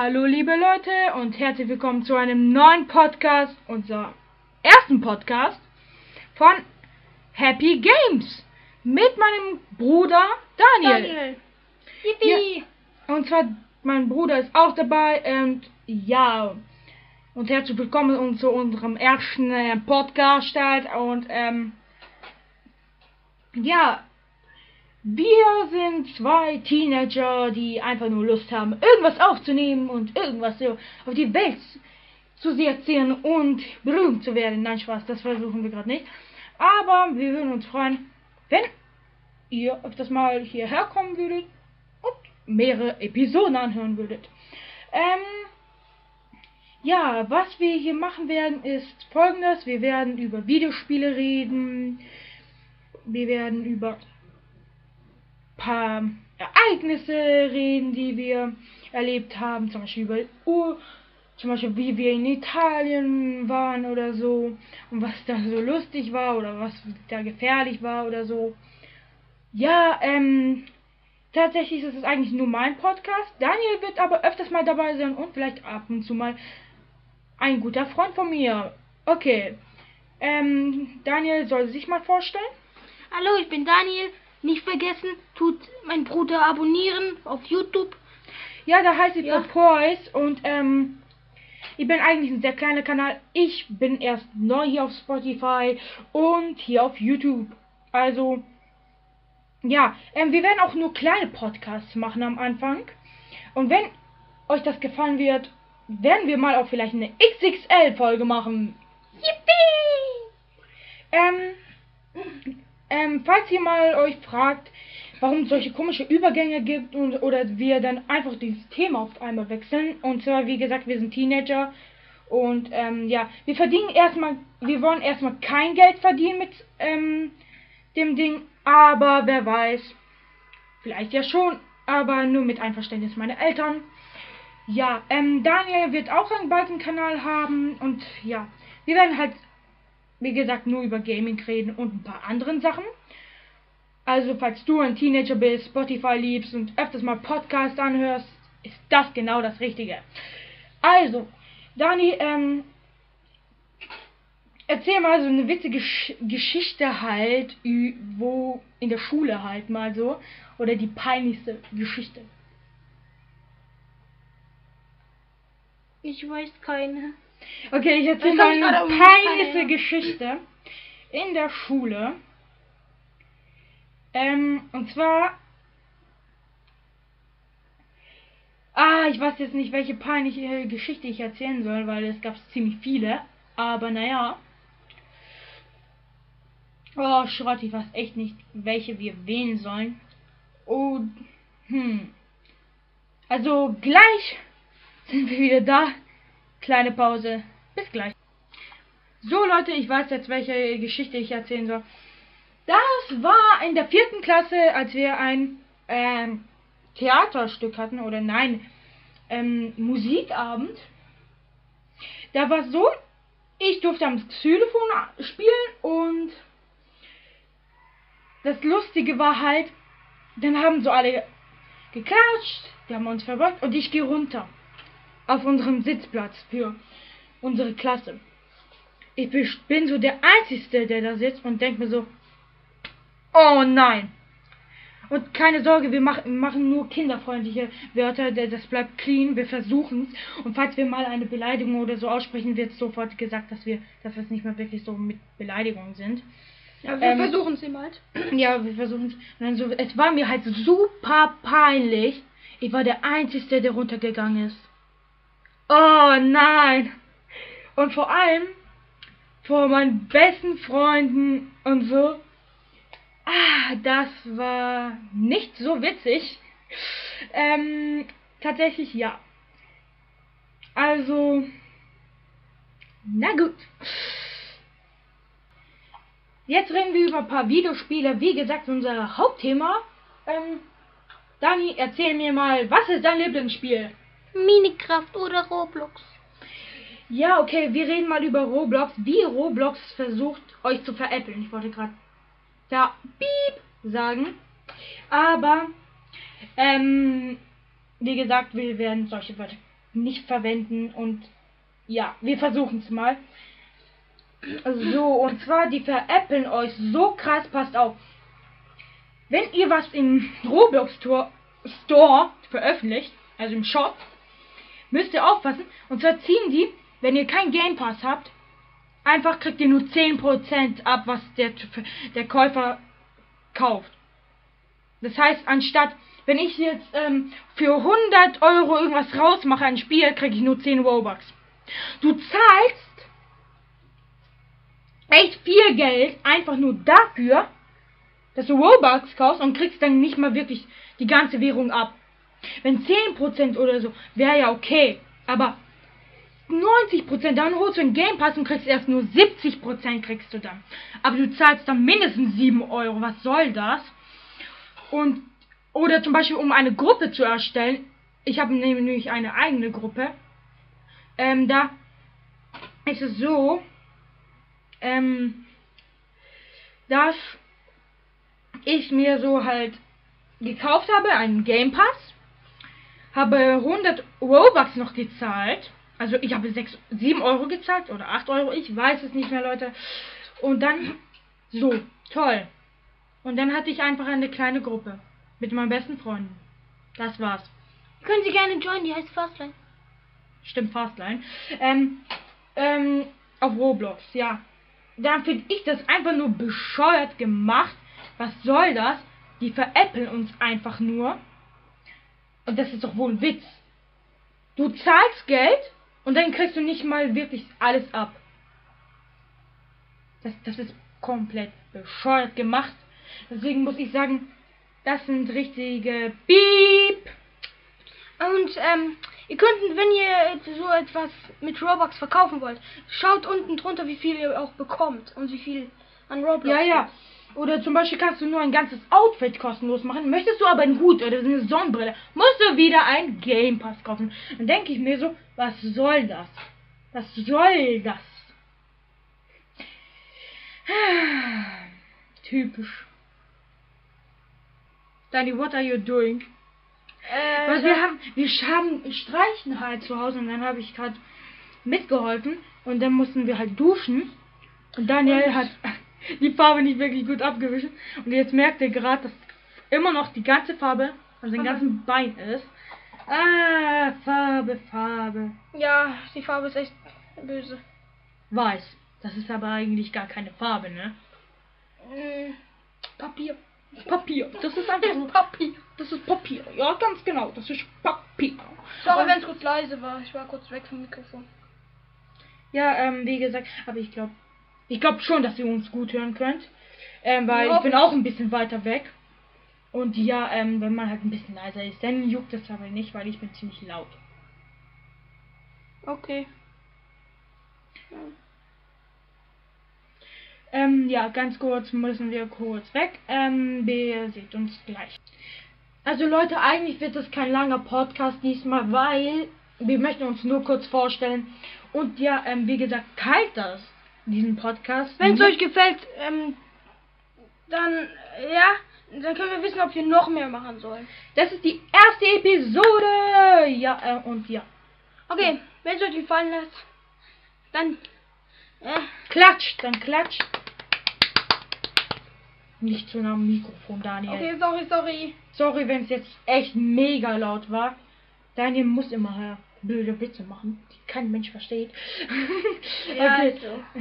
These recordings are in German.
Hallo liebe Leute und herzlich willkommen zu einem neuen Podcast, unser ersten Podcast von Happy Games mit meinem Bruder Daniel. Yippie! Ja, und zwar mein Bruder ist auch dabei und ja, und herzlich willkommen zu unserem ersten Podcast und ja, wir sind zwei Teenager, die einfach nur Lust haben, irgendwas aufzunehmen und irgendwas so auf die Welt zu erzählen und berühmt zu werden. Nein, Spaß, das versuchen wir gerade nicht. Aber wir würden uns freuen, wenn ihr öfters mal hierher kommen würdet und mehrere Episoden anhören würdet. Ja, was wir hier machen werden, ist Folgendes. Wir werden über Videospiele reden. Wir werden über paar Ereignisse reden, die wir erlebt haben, zum Beispiel wie wir in Italien waren oder so und was da so lustig war oder was da gefährlich war oder so. Ja, tatsächlich ist es eigentlich nur mein Podcast. Daniel wird aber öfters mal dabei sein und vielleicht ab und zu mal ein guter Freund von mir. Okay, Daniel soll sich mal vorstellen. Hallo, ich bin Daniel. Nicht vergessen, tut mein Bruder abonnieren auf YouTube. Ja, da heißt es Poise und ich bin eigentlich ein sehr kleiner Kanal. Ich bin erst neu hier auf Spotify und hier auf YouTube. Also, ja, wir werden auch nur kleine Podcasts machen am Anfang. Und wenn euch das gefallen wird, werden wir mal auch vielleicht eine XXL-Folge machen. Yippie! Falls ihr mal euch fragt, warum es solche komische Übergänge gibt oder wir dann einfach dieses Thema auf einmal wechseln. Und zwar, wie gesagt, wir sind Teenager und ja, wir wollen erstmal kein Geld verdienen mit dem Ding, aber wer weiß, vielleicht ja schon, aber nur mit Einverständnis meiner Eltern. Ja, Daniel wird auch bald einen Kanal haben und ja, wir werden halt, wie gesagt, nur über Gaming reden und ein paar anderen Sachen. Also, falls du ein Teenager bist, Spotify liebst und öfters mal Podcasts anhörst, ist das genau das Richtige. Also, Dani, erzähl mal so eine witzige Geschichte halt, wo in der Schule halt mal so, oder die peinlichste Geschichte. Ich weiß keine. Okay, ich erzähle mal eine peinliche Geschichte in der Schule. Und zwar, ich weiß jetzt nicht, welche peinliche Geschichte ich erzählen soll, weil es gab ziemlich viele. Aber naja. Oh, Schrott, ich weiß echt nicht, welche wir wählen sollen. Und, also, gleich sind wir wieder da. Kleine Pause. Bis gleich. So, Leute, ich weiß jetzt, welche Geschichte ich erzählen soll. Das war in der 4. Klasse, als wir ein Theaterstück hatten, oder nein, Musikabend. Da war es so, ich durfte am Xylophon spielen und das Lustige war halt, dann haben so alle geklatscht, die haben uns verbeugt und ich gehe runter auf unseren Sitzplatz für unsere Klasse. Ich bin so der Einzige, der da sitzt und denkt mir so, oh nein. Und keine Sorge, wir machen nur kinderfreundliche Wörter, das bleibt clean, wir versuchen es. Und falls wir mal eine Beleidigung oder so aussprechen, wird sofort gesagt, dass es nicht mehr wirklich so mit Beleidigungen sind. Ja, wir versuchen es immer halt. Ja, wir versuchen es. Und dann so, es war mir halt super peinlich. Ich war der Einzige, der runtergegangen ist. Oh nein. Und vor allem vor meinen besten Freunden und so. Das war nicht so witzig. Tatsächlich ja. Also, na gut. Jetzt reden wir über ein paar Videospiele. Wie gesagt, unser Hauptthema. Dani, erzähl mir mal, was ist dein Lieblingsspiel? Minecraft oder Roblox. Ja, okay, wir reden mal über Roblox. Wie Roblox versucht, euch zu veräppeln. Ich wollte gerade Piep sagen. Aber, wie gesagt, wir werden solche Wörter nicht verwenden und ja, wir versuchen es mal. So, und zwar, die veräppeln euch so krass, passt auf. Wenn ihr was im Roblox Store veröffentlicht, also im Shop, müsst ihr aufpassen. Und zwar ziehen die, wenn ihr kein Game Pass habt, einfach kriegt ihr nur 10% ab, was der Käufer kauft. Das heißt, anstatt, wenn ich jetzt für 100 Euro irgendwas rausmache, ein Spiel, kriege ich nur 10 Robux. Du zahlst echt viel Geld einfach nur dafür, dass du Robux kaufst und kriegst dann nicht mal wirklich die ganze Währung ab. Wenn 10% oder so, wäre ja okay. Aber 90%, dann holst du einen Game Pass und kriegst erst nur 70% kriegst du dann. Aber du zahlst dann mindestens 7 Euro. Was soll das? Und, oder zum Beispiel, um eine Gruppe zu erstellen. Ich habe nämlich eine eigene Gruppe. Da ist es so, dass ich mir so halt gekauft habe, einen Game Pass, habe 100 Robux noch gezahlt, also ich habe 7 Euro gezahlt oder 8 Euro, ich weiß es nicht mehr, Leute, und dann, so, toll, und dann hatte ich einfach eine kleine Gruppe mit meinen besten Freunden, das war's. Können Sie gerne joinen, die heißt Fastline. Stimmt, Fastline, auf Roblox, ja. Dann finde ich das einfach nur bescheuert gemacht. Was soll das? Die veräppeln uns einfach nur. Und das ist doch wohl ein Witz. Du zahlst Geld und dann kriegst du nicht mal wirklich alles ab. Das ist komplett bescheuert gemacht. Deswegen muss ich sagen, das sind richtige Piep. Und ihr könnt, wenn ihr so etwas mit Robux verkaufen wollt, schaut unten drunter, wie viel ihr auch bekommt und wie viel an Robux. Ja. Oder zum Beispiel kannst du nur ein ganzes Outfit kostenlos machen. Möchtest du aber einen Hut oder eine Sonnenbrille, musst du wieder ein Game Pass kaufen. Dann denke ich mir so, was soll das? Was soll das? Typisch. Danny, what are you doing? Weil wir streichen halt zu Hause und dann habe ich gerade mitgeholfen und dann mussten wir halt duschen und Daniel hat die Farbe nicht wirklich gut abgewischt und jetzt merkt er gerade, dass immer noch die ganze Farbe an seinem ganzen Bein ist. Farbe. Ja, die Farbe ist echt böse. Weiß. Das ist aber eigentlich gar keine Farbe, ne? Papier. Das ist einfach nur Papier. Das ist Papier. Ja, ganz genau. Das ist Papier. Sorry, wenn es kurz leise war. Ich war kurz weg vom Mikrofon. Ja, wie gesagt, aber ich glaube schon, dass ihr uns gut hören könnt. Weil ich bin auch ein bisschen weiter weg. Und ja, wenn man halt ein bisschen leiser ist, dann juckt das aber nicht, weil ich bin ziemlich laut. Okay. Ja, ganz kurz müssen wir kurz weg. Wir sehen uns gleich. Also Leute, eigentlich wird es kein langer Podcast diesmal, weil wir möchten uns nur kurz vorstellen. Und ja, wie gesagt, teilt diesen Podcast. Wenn es euch gefällt, dann können wir wissen, ob wir noch mehr machen sollen. Das ist die erste Episode. Ja, und ja. Okay, wenn es euch gefallen hat, dann klatscht. Nicht zu nah am Mikrofon, Daniel. Okay, sorry. Sorry, wenn es jetzt echt mega laut war. Daniel muss immer blöde Witze machen, die kein Mensch versteht. Ja, okay.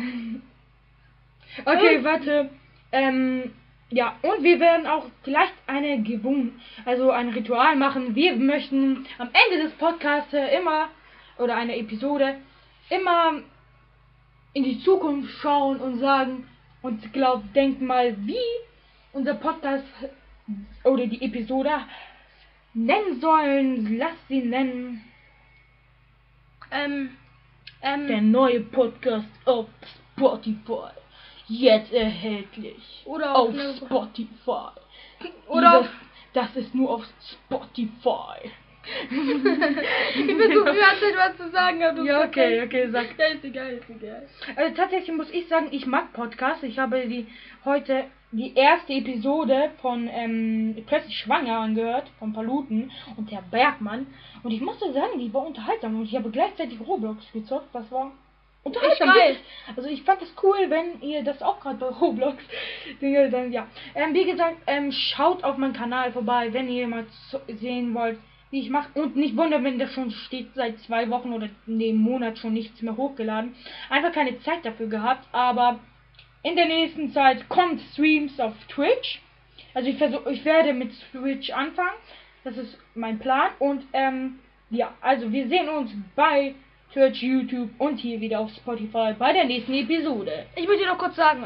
So. Okay, warte. Ja, und wir werden auch vielleicht ein Ritual machen. Wir möchten am Ende des Podcasts eine Episode immer in die Zukunft schauen und sagen und denkt mal, wie unser Podcast oder die Episode nennen sollen. Lass sie nennen. Der neue Podcast auf Spotify. Jetzt erhältlich. Oder auf Spotify. Oder das ist nur auf Spotify. Ich bin so früh, als etwas zu sagen, aber du Ja, okay, sag. Ja, ist egal. Also tatsächlich muss ich sagen, ich mag Podcasts. Ich habe heute die erste Episode von Plötzlich Schwanger angehört, von Paluten und der Bergmann. Und ich musste sagen, die war unterhaltsam. Und ich habe gleichzeitig Roblox gezockt. Das war unterhaltsam. Geil. Also ich fand es cool, wenn ihr das auch gerade bei Roblox dann ja. Wie gesagt, schaut auf meinen Kanal vorbei, wenn ihr mal sehen wollt, wie ich mache. Und nicht wundern, wenn das schon steht seit 2 Wochen oder einem Monat schon nichts mehr hochgeladen. Einfach keine Zeit dafür gehabt, aber in der nächsten Zeit kommt Streams auf Twitch. Also ich werde mit Twitch anfangen. Das ist mein Plan. Und ja, also wir sehen uns bei Twitch, YouTube und hier wieder auf Spotify bei der nächsten Episode. Ich möchte dir noch kurz sagen,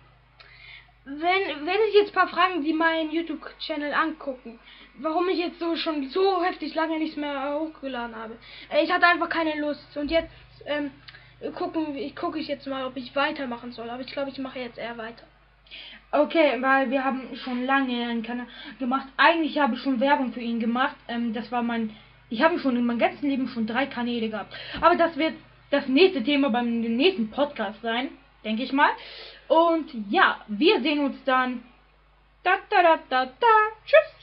wenn sich jetzt ein paar fragen, die meinen YouTube-Channel angucken, warum ich jetzt schon so heftig lange nichts mehr hochgeladen habe. Ich hatte einfach keine Lust und jetzt gucke ich jetzt mal, ob ich weitermachen soll. Aber ich glaube, ich mache jetzt eher weiter. Okay, weil wir haben schon lange einen Kanal gemacht. Eigentlich habe ich schon Werbung für ihn gemacht. Ich habe schon in meinem ganzen Leben schon 3 Kanäle gehabt. Aber das wird das nächste Thema beim nächsten Podcast sein, denke ich mal. Und ja, wir sehen uns dann. Tschüss.